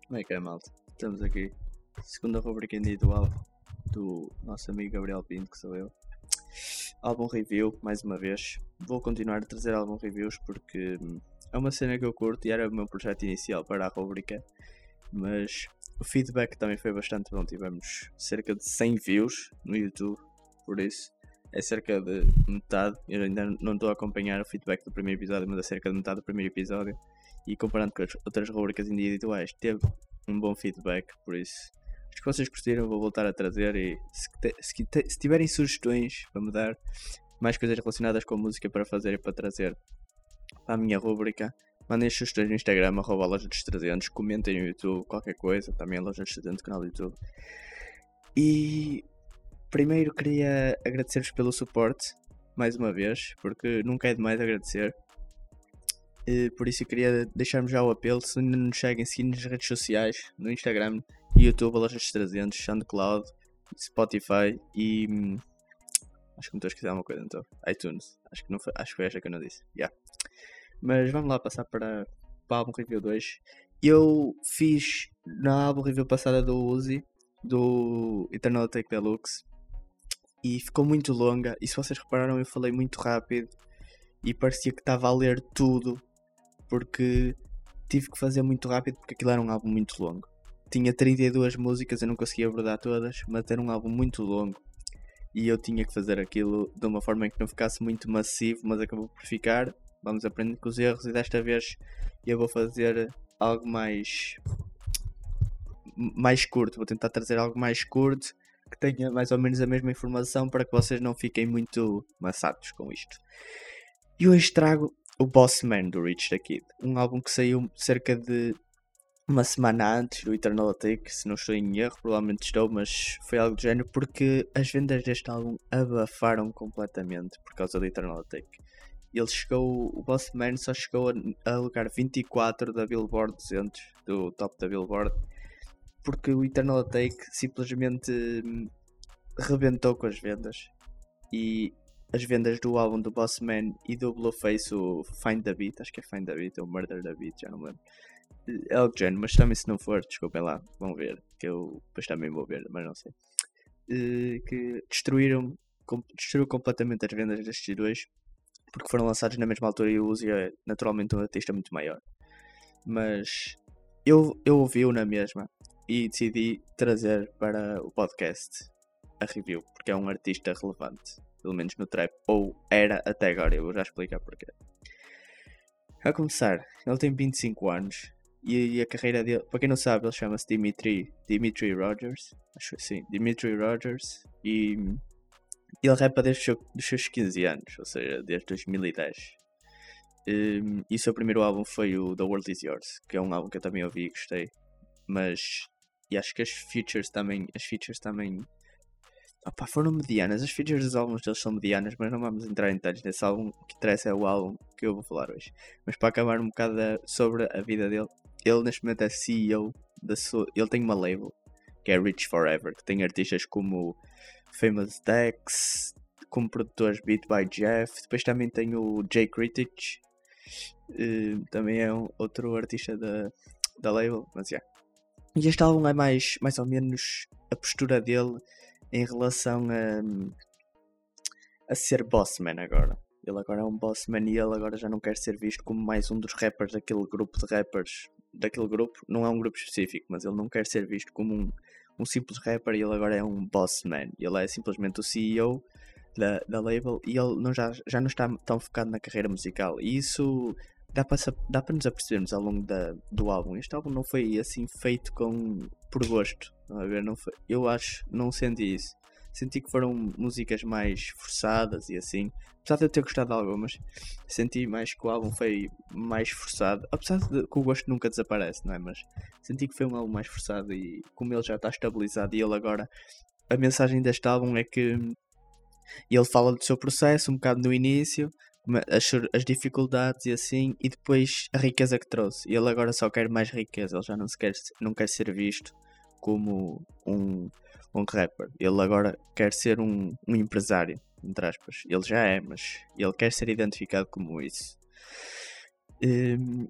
Como é que é, malta? Estamos aqui, segunda rubrica individual do nosso amigo Gabriel Pinto, que sou eu. Álbum review, mais uma vez. Vou continuar a trazer álbum reviews porque é uma cena que eu curto e era o meu projeto inicial para a rubrica. Mas o feedback também foi bastante bom. Tivemos cerca de 100 views no YouTube, por isso é cerca de metade. Eu ainda não estou a acompanhar o feedback do primeiro episódio, mas é cerca de metade do primeiro episódio. E comparando com as outras rubricas individuais, teve um bom feedback, por isso acho que vocês curtiram, vou voltar a trazer. E se tiverem sugestões para me dar mais coisas relacionadas com música para fazer e para trazer para a minha rubrica, mandem as sugestões no Instagram, @loja dos300, comentem no YouTube, qualquer coisa, também a Loja dos 300, canal do YouTube. E primeiro queria agradecer-vos pelo suporte, mais uma vez, porque nunca é demais agradecer. Por isso eu queria deixar-me já o apelo, se ainda não nos seguem, seguir-nos nas redes sociais, no Instagram, YouTube, Loja dos 300, SoundCloud, Spotify e acho que não estou a esquecer alguma coisa, então iTunes, acho que foi esta que eu não disse. Mas vamos lá passar para o álbum review 2. Eu fiz na álbum review passada do Uzi, do Eternal Take Deluxe, e ficou muito longa, e se vocês repararam eu falei muito rápido e parecia que estava a ler tudo, porque tive que fazer muito rápido porque aquilo era um álbum muito longo. Tinha 32 músicas, eu não conseguia abordar todas, mas era um álbum muito longo e eu tinha que fazer aquilo de uma forma em que não ficasse muito massivo, mas acabou por ficar. Vamos aprender com os erros e desta vez eu vou fazer algo mais curto. Vou tentar trazer algo mais curto, que tenha mais ou menos a mesma informação, para que vocês não fiquem muito maçados com isto. E hoje trago o Boss Man do Rich the Kid, um álbum que saiu cerca de uma semana antes do Eternal Take, se não estou em erro, provavelmente estou, mas foi algo do género, porque as vendas deste álbum abafaram completamente por causa do Eternal Take. O Boss Man só chegou a lugar 24 da Billboard 200, do top da Billboard, porque o Eternal Take simplesmente rebentou com as vendas. E as vendas do álbum do Boss Man e do Blueface, o Find the Beat, acho que é Find the Beat ou Murder the Beat, já não me lembro, é algo de género, mas também se não for, desculpem lá, vão ver, que eu depois também vou ver, mas não sei, que destruiu completamente as vendas destes dois, porque foram lançados na mesma altura e o Uzi é naturalmente um artista muito maior. Mas eu ouvi-o na mesma e decidi trazer para o podcast a review, porque é um artista relevante, pelo menos no trap, ou era até agora, eu vou já explicar porquê. A começar, ele tem 25 anos e a carreira dele, para quem não sabe, ele chama-se Dimitri Rogers, acho assim, Dimitri Rogers, e ele rapa desde os seus 15 anos, ou seja, desde 2010. E o seu primeiro álbum foi o The World Is Yours, que é um álbum que eu também ouvi e gostei, mas e acho que as features também foram medianas. As features dos álbuns deles são medianas, mas não vamos entrar em detalhes nesse álbum. O que interessa é o álbum que eu vou falar hoje. Mas para acabar um bocado sobre a vida dele, ele neste momento é CEO ele tem uma label que é Rich Forever, que tem artistas como Famous Dex, como produtores Beat by Jeff. Depois também tem o Jay Critic, também é outro artista da label, mas já. E este álbum é mais ou menos a postura dele em relação a ser bossman agora. Ele agora é um bossman e ele agora já não quer ser visto como mais um dos rappers daquele grupo de rappers. Daquele grupo, não é um grupo específico, mas ele não quer ser visto como um simples rapper e ele agora é um bossman. Ele é simplesmente o CEO da label e ele já não está tão focado na carreira musical. E isso dá para nos apercebermos ao longo do álbum. Este álbum não foi assim feito por gosto. A ver, não foi, eu não senti isso. Senti que foram músicas mais forçadas e assim. Apesar de eu ter gostado de algumas, senti mais que o álbum foi mais forçado. Apesar de que o gosto nunca desaparece, não é? Mas senti que foi um álbum mais forçado e como ele já está estabilizado e ele agora... A mensagem deste álbum é que ele fala do seu processo um bocado no início, as dificuldades e assim, e depois a riqueza que trouxe. E ele agora só quer mais riqueza, ele já não quer ser visto como um rapper. Ele agora quer ser um empresário, entre aspas. Ele já é, mas ele quer ser identificado como isso.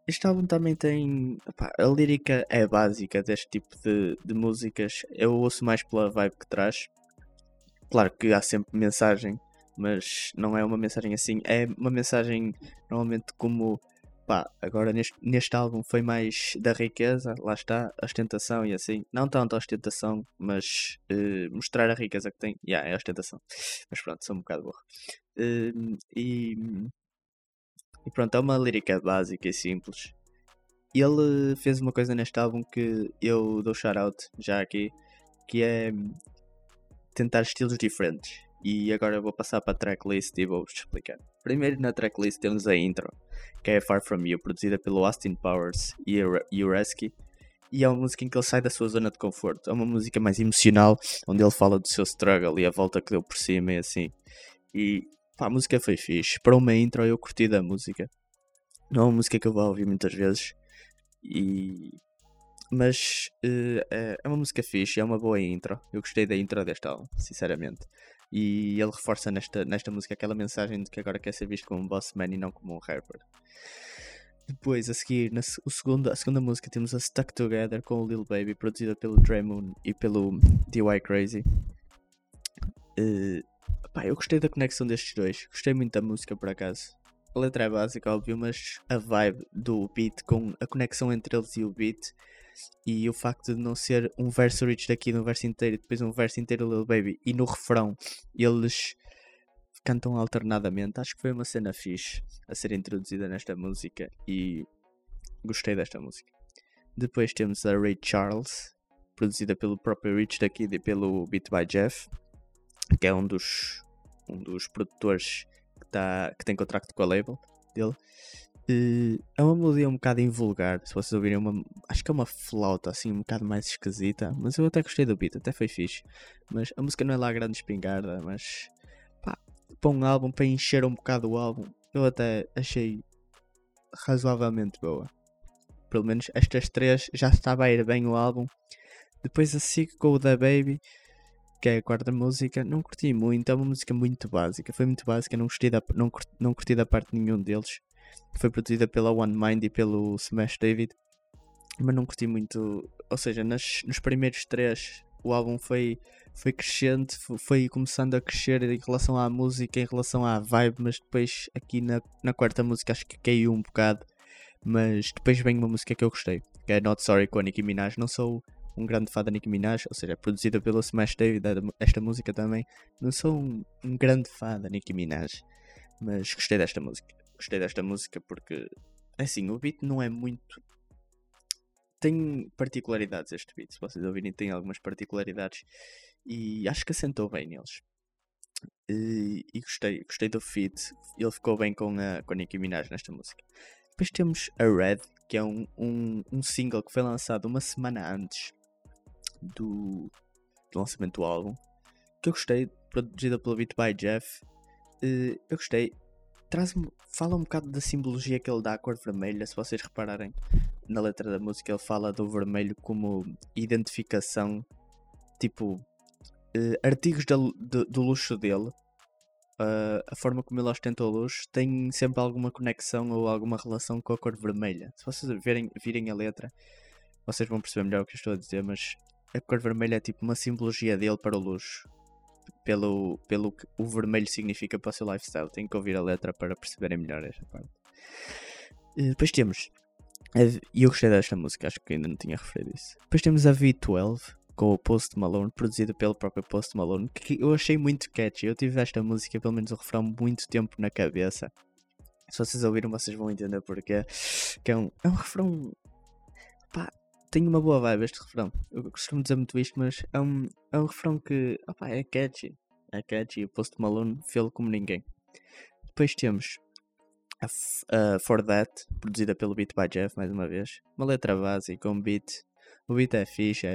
este álbum também tem. Opá, a lírica é básica deste tipo de músicas. Eu ouço mais pela vibe que traz. Claro que há sempre mensagem, mas não é uma mensagem assim. É uma mensagem normalmente como. Pá, agora neste álbum foi mais da riqueza, lá está, a ostentação e assim. Não tanto a ostentação, mas mostrar a riqueza que tem. É a ostentação. Mas pronto, sou um bocado burro. Eh, e, e pronto, é uma lírica básica e simples. Ele fez uma coisa neste álbum que eu dou shout-out já aqui, que é tentar estilos diferentes. E agora eu vou passar para a tracklist e vou-vos explicar. Primeiro na tracklist temos a intro, que é Far From You, produzida pelo Austin Powers e Ureski. E é uma música em que ele sai da sua zona de conforto. É uma música mais emocional, onde ele fala do seu struggle e a volta que deu por cima e assim. E pá, a música foi fixe. Para uma intro eu curti da música. Não é uma música que eu vou ouvir muitas vezes. Mas é uma música fixe, é uma boa intro. Eu gostei da intro deste álbum, sinceramente. E ele reforça nesta música aquela mensagem de que agora quer ser visto como um boss man e não como um rapper. Depois, a seguir, a segunda música, temos a Stuck Together com o Lil Baby, produzida pelo Dre Moon e pelo D.Y. Crazy. Eu gostei da conexão destes dois, gostei muito da música por acaso. A letra é básica, óbvio, mas a vibe do beat, com a conexão entre eles e o beat, e o facto de não ser um verso Rich daqui no verso inteiro e depois um verso inteiro Lil Baby, e no refrão eles cantam alternadamente, acho que foi uma cena fixe a ser introduzida nesta música e gostei desta música. Depois temos a Ray Charles, produzida pelo próprio Rich daqui e pelo Beat by Jeff, que é um dos produtores que tem contrato com a label dele. É uma melodia um bocado invulgar, se vocês ouvirem acho que é uma flauta assim um bocado mais esquisita, mas eu até gostei do beat, até foi fixe. Mas a música não é lá grande espingarda, mas pá, para um álbum, para encher um bocado o álbum, eu até achei razoavelmente boa. Pelo menos estas três já estava a ir bem o álbum. Depois a seguir com o The Baby, que é a quarta música, não curti muito, é uma música muito básica, foi muito básica, não curti da parte de nenhum deles. Foi produzida pela One Mind e pelo Smash David, mas não curti muito, ou seja, nos primeiros três o álbum foi crescente, foi começando a crescer em relação à música, em relação à vibe, mas depois aqui na quarta música acho que caiu um bocado, mas depois vem uma música que eu gostei, que é Not Sorry com a Nicki Minaj. Não sou um grande fã da Nicki Minaj, ou seja, é produzida pelo Smash David, esta música também. Não sou um grande fã da Nicki Minaj, mas gostei desta música. Gostei desta música porque, assim, o beat não é muito... Tem particularidades este beat, se vocês ouvirem tem algumas particularidades e acho que assentou bem neles. E gostei do feat, ele ficou bem com a Nicki Minaj nesta música. Depois temos a Red, que é um single que foi lançado uma semana antes do lançamento do álbum, que eu gostei, produzida pelo Beat by Jeff. Eu gostei, fala um bocado da simbologia que ele dá à cor vermelha. Se vocês repararem na letra da música, ele fala do vermelho como identificação, tipo artigos do luxo dele. A forma como ele ostenta o luxo tem sempre alguma conexão ou alguma relação com a cor vermelha. Se vocês virem a letra, vocês vão perceber melhor o que eu estou a dizer, mas a cor vermelha é tipo uma simbologia dele para o luxo, pelo que o vermelho significa para o seu lifestyle. Tem que ouvir a letra para perceberem melhor esta parte. Depois temos, e eu gostei desta música, acho que ainda não tinha referido isso. Depois temos a V12 com o Post Malone, produzida pelo próprio Post Malone, que eu achei muito catchy. Eu tive esta música, pelo menos o refrão, muito tempo na cabeça. Se vocês ouviram, vocês vão entender porquê. Que é um refrão... Pá, tem uma boa vibe este refrão. Eu costumo dizer muito isto, mas é um refrão que... é catchy. É catchy. O Post Malone fez-lo como ninguém. Depois temos a For That, produzida pelo Beat by Jeff, mais uma vez. Uma letra básica, um beat. O beat é fixe,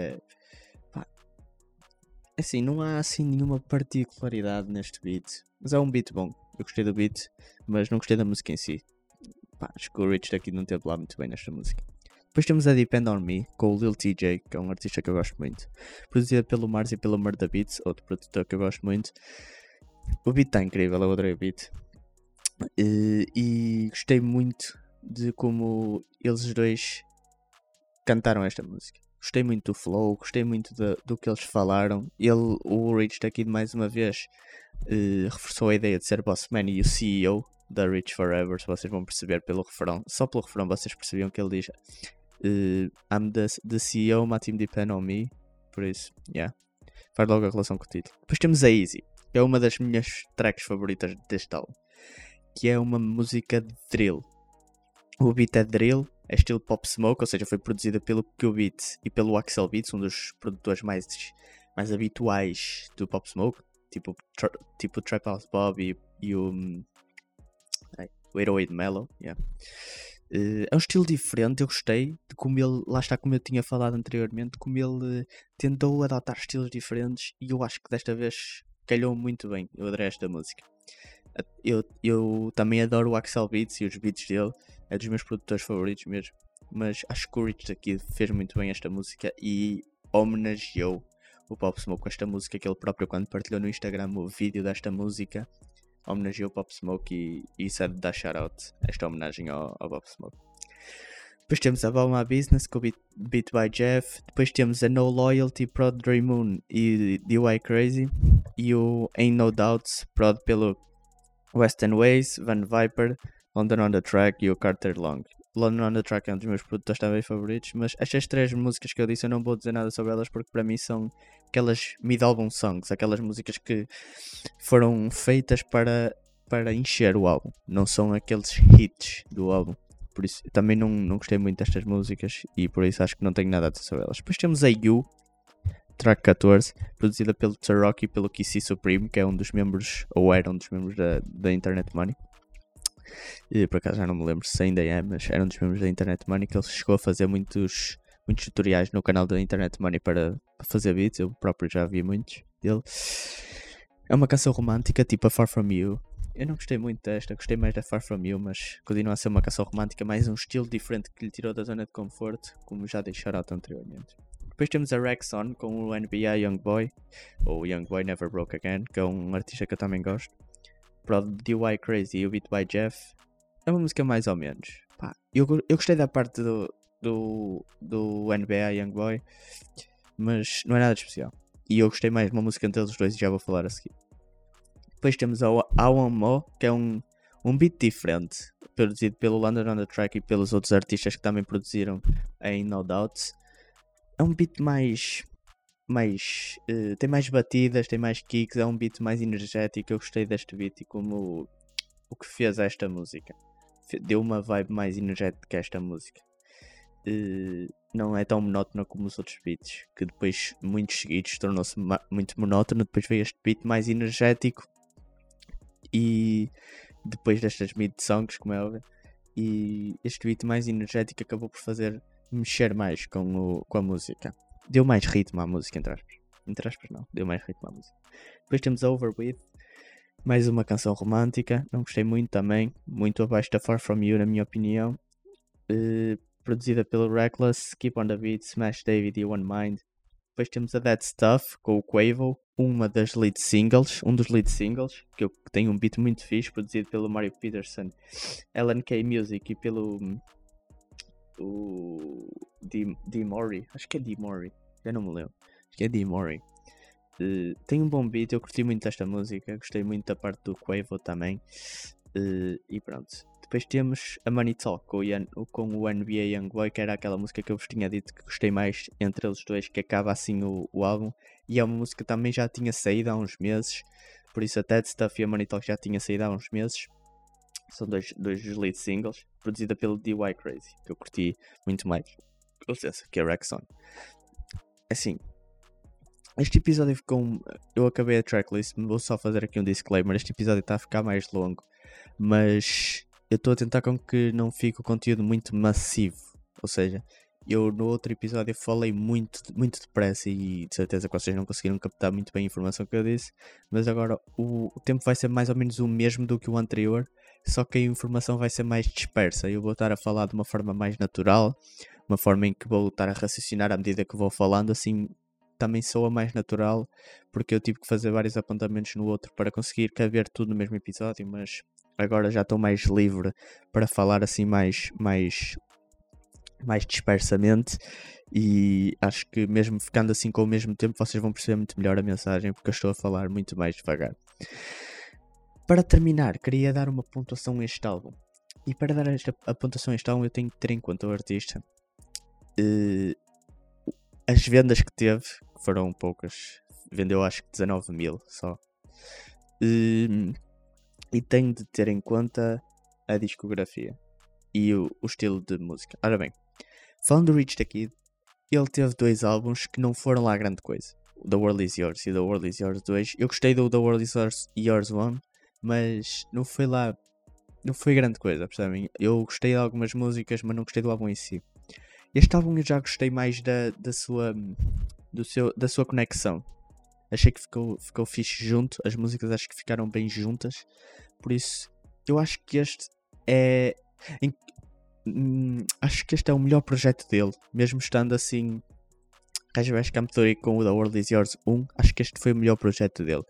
assim, não há assim nenhuma particularidade neste beat, mas é um beat bom. Eu gostei do beat, mas não gostei da música em si. Acho que o Rich daqui não teve lá muito bem nesta música. Depois temos a Depend On Me, com o Lil TJ, que é um artista que eu gosto muito. Produzida pelo Mars e pelo Murda Beats, outro produtor que eu gosto muito. O beat está incrível, eu adorei o beat. E gostei muito de como eles dois cantaram esta música. Gostei muito do flow, gostei muito do que eles falaram. O Rich daqui mais uma vez reforçou a ideia de ser boss man e o CEO da Rich Forever, se vocês vão perceber pelo refrão. Só pelo refrão vocês percebiam que ele diz I'm the CEO, my team depend on me. Por isso, yeah. Faz logo a relação com o título. Depois temos a Easy, que é uma das minhas tracks favoritas deste álbum, que é uma música de drill. O beat é drill, é estilo Pop Smoke, ou seja, foi produzida pelo Q-Beat e pelo Axel Beats, um dos produtores mais habituais do Pop Smoke, tipo o Trap House Bob e o 808 Mellow. Yeah. É um estilo diferente, eu gostei de como ele, lá está como eu tinha falado anteriormente, como ele tentou adotar estilos diferentes e eu acho que desta vez calhou muito bem. Eu adorei esta música. Eu também adoro o Axel Beats e os beats dele, é dos meus produtores favoritos mesmo, mas acho que o Rich aqui fez muito bem esta música e homenageou o Pop Smoke com esta música, que ele próprio, quando partilhou no Instagram o vídeo desta música, homenageou o Pop Smoke e isso é de dar shout-out, esta homenagem ao Pop Smoke. Depois temos a About My Business com o Beat by Jeff. Depois temos a No Loyalty, Prod Dre Moon e DY Crazy. E o Ain't No Doubts, prod pelo Western Ways, Van Viper, London on the Track e o Carter Long. London on the Track é um dos meus produtores também favoritos, mas estas três músicas que eu disse eu não vou dizer nada sobre elas porque para mim são aquelas mid-album songs, aquelas músicas que foram feitas para encher o álbum, não são aqueles hits do álbum. Por isso, também não gostei muito destas músicas e por isso acho que não tenho nada a dizer sobre elas. Depois temos a You, track 14, produzida pelo T-Rock e pelo KC Supreme, que é um dos membros, ou era um dos membros da Internet Money. E por acaso já não me lembro se ainda é, mas era um dos membros da Internet Money, que ele chegou a fazer muitos tutoriais no canal da Internet Money para fazer beats. Eu próprio já vi muitos dele. É uma canção romântica, tipo a Far From You. Eu não gostei muito desta, gostei mais da Far From You, mas continua a ser uma canção romântica, mais um estilo diferente que lhe tirou da zona de conforto, como já dei shout-out anteriormente. Depois temos a Rexon com o NBA Youngboy, ou Youngboy Never Broke Again, que é um artista que eu também gosto. Pro DY Crazy e o Beat by Jeff. É uma música mais ou menos. Pá, eu gostei da parte do NBA Youngboy, mas não é nada de especial. E eu gostei mais de uma música entre eles dois e já vou falar a seguir. Depois temos a One Mo, que é um beat diferente, produzido pelo London on the Track e pelos outros artistas que também produziram em No Doubts. É um beat mais tem mais batidas, tem mais kicks, é um beat mais energético. Eu gostei deste beat e como o que fez esta música deu uma vibe mais energética a esta música. Não é tão monótona como os outros beats, que depois, muitos seguidos, tornou-se muito monótono. Depois veio este beat mais energético e depois destas mid-songs, como é óbvio, e este beat mais energético acabou por fazer mexer mais com a música. Deu mais ritmo à música, entre aspas. Entre aspas não, deu mais ritmo à música. Depois temos a Over With, mais uma canção romântica, não gostei muito também, muito abaixo da Far From You na minha opinião. Produzida pelo Reckless, Keep on the Beat, Smash David e One Mind. Depois temos a That Stuff com o Quavo, um dos lead singles, que tem um beat muito fixe, produzido pelo Mario Peterson, LNK Music e pelo D-Mori, acho que é D-Mori, já não me lembro, acho que é D-Mori. Tem um bom beat, eu curti muito desta música, gostei muito da parte do Quavo também, e pronto. Depois temos a Money Talk com o NBA Youngboy, que era aquela música que eu vos tinha dito que gostei mais entre eles dois, que acaba assim o álbum, e é uma música que também já tinha saído há uns meses, por isso a That Stuff e a Money Talk já tinha saído há uns meses. São dois dos lead singles, produzida pelo DY Crazy, que eu curti muito mais, que é Rexon. Assim, este episódio ficou... Eu acabei a tracklist, vou só fazer aqui um disclaimer, este episódio está a ficar mais longo, mas eu estou a tentar com que não fique o conteúdo muito massivo, ou seja, eu no outro episódio falei muito depressa e de certeza que vocês não conseguiram captar muito bem a informação que eu disse, mas agora o tempo vai ser mais ou menos o mesmo do que o anterior, só que a informação vai ser mais dispersa. Eu vou estar a falar de uma forma mais natural, uma forma em que vou estar a raciocinar à medida que vou falando, assim também soa mais natural, porque eu tive que fazer vários apontamentos no outro para conseguir caber tudo no mesmo episódio, mas agora já estou mais livre para falar assim mais dispersamente, e acho que mesmo ficando assim com o mesmo tempo vocês vão perceber muito melhor a mensagem, porque eu estou a falar muito mais devagar. Para terminar, queria dar uma pontuação a este álbum, e para dar a pontuação a este álbum eu tenho que ter em conta o artista, as vendas que teve, que foram poucas, vendeu acho que 19 mil só, e tenho de ter em conta a discografia e o estilo de música. Ora bem, falando do Rich the Kid, ele teve 2 álbuns que não foram lá grande coisa, o The World Is Yours e o The World Is Yours 2. Eu gostei do The World Is Yours 1, mas não foi grande coisa, percebem? Eu gostei de algumas músicas, mas não gostei do álbum em si. Este álbum eu já gostei mais da sua conexão. Achei que ficou fixe junto. As músicas acho que ficaram bem juntas. Por isso, eu acho que este é... acho que este é o melhor projeto dele. Mesmo estando assim... Rajvesh Kampturi com o The World Is Yours 1. Acho que este foi o melhor projeto dele.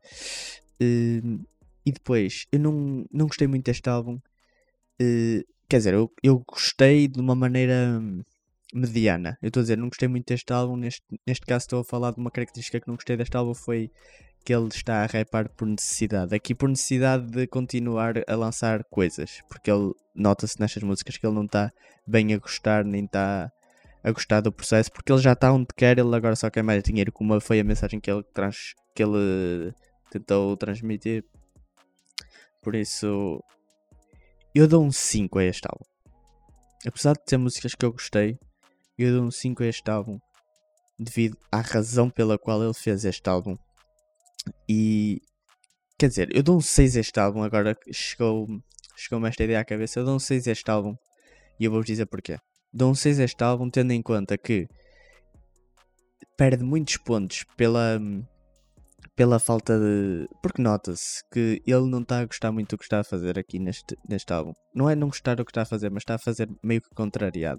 E depois, eu não gostei muito deste álbum. Quer dizer, eu gostei de uma maneira mediana. Eu estou a dizer, não gostei muito deste álbum. Neste caso estou a falar de uma característica que não gostei deste álbum, foi que ele está a rapar por necessidade. Aqui por necessidade de continuar a lançar coisas, porque ele nota-se nestas músicas que ele não está bem a gostar, nem está a gostar do processo, porque ele já está onde quer, ele agora só quer mais dinheiro, como foi a mensagem que ele tentou transmitir. Por isso eu dou um 5 a este álbum. Apesar de ter músicas que eu gostei, eu dou um 5 a este álbum devido à razão pela qual ele fez este álbum. E quer dizer, eu dou um 6 a este álbum. Agora chegou-me esta ideia à cabeça. Eu dou um 6 a este álbum e eu vou-vos dizer porquê. Dou um 6 a este álbum tendo em conta que perde muitos pontos pela falta de... Porque nota-se que ele não está a gostar muito do que está a fazer aqui neste álbum. Não é não gostar do que está a fazer, mas está a fazer meio que contrariado.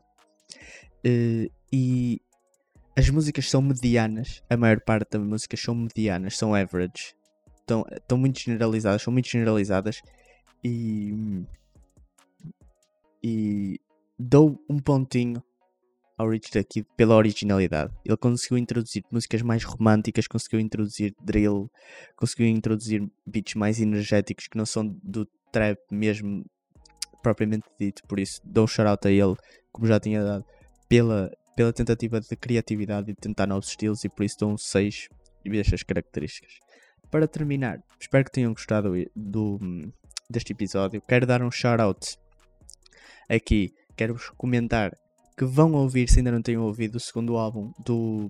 E as músicas são medianas. A maior parte das músicas são medianas, são average. Estão muito generalizadas, são muito generalizadas. E dou um pontinho ao Rich the Kid pela originalidade. Ele conseguiu introduzir músicas mais românticas, conseguiu introduzir drill, conseguiu introduzir beats mais energéticos que não são do trap mesmo propriamente dito. Por isso dou um shout-out a ele, como já tinha dado, pela tentativa de criatividade e de tentar novos estilos, e por isso dou um 6 destas características. Para terminar, espero que tenham gostado deste episódio. Quero dar um shout-out aqui, quero-vos comentar que vão ouvir, se ainda não tenham ouvido, o segundo álbum do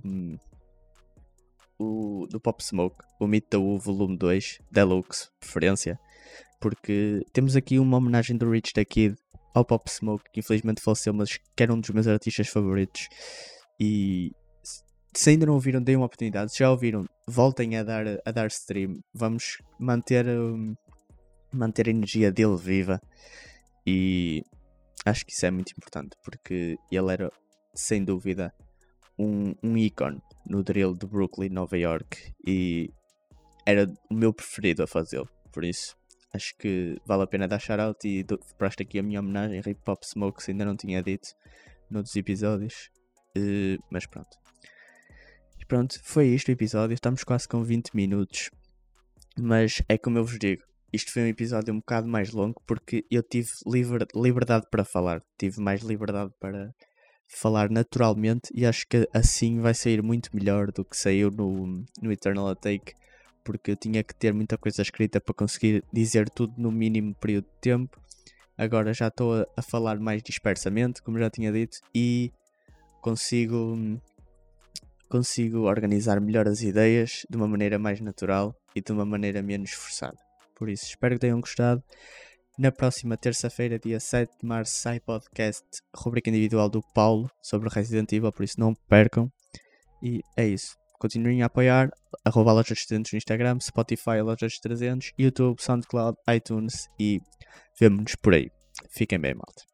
Pop Smoke, o Meet the Woo Volume 2, Deluxe, preferência, porque temos aqui uma homenagem do Rich the Kid ao Pop Smoke, que infelizmente faleceu, mas que era um dos meus artistas favoritos. E se ainda não ouviram, deem uma oportunidade. Se já ouviram, voltem a dar stream. Vamos manter a energia dele viva, e acho que isso é muito importante, porque ele era sem dúvida um ícone no drill de Brooklyn, Nova York, e era o meu preferido a fazê-lo. Por isso acho que vale a pena dar shout-out, e presto aqui a minha homenagem a Hip Hop Smoke, se ainda não tinha dito noutros episódios. Mas pronto. E pronto, foi isto o episódio. Estamos quase com 20 minutos. Mas é como eu vos digo, isto foi um episódio um bocado mais longo, porque eu tive liberdade para falar. Tive mais liberdade para falar naturalmente, e acho que assim vai sair muito melhor do que saiu no Eternal Take, porque eu tinha que ter muita coisa escrita para conseguir dizer tudo no mínimo período de tempo. Agora já estou a falar mais dispersamente, como já tinha dito, e consigo organizar melhor as ideias de uma maneira mais natural e de uma maneira menos forçada. Por isso, espero que tenham gostado. Na próxima terça-feira, dia 7 de março, sai podcast, rubrica individual do Paulo sobre Resident Evil, por isso não percam. E é isso. Continuem a apoiar. @LojaDos300 no Instagram, Spotify, LojaDos300, YouTube, SoundCloud, iTunes, e vemo-nos por aí. Fiquem bem, malta.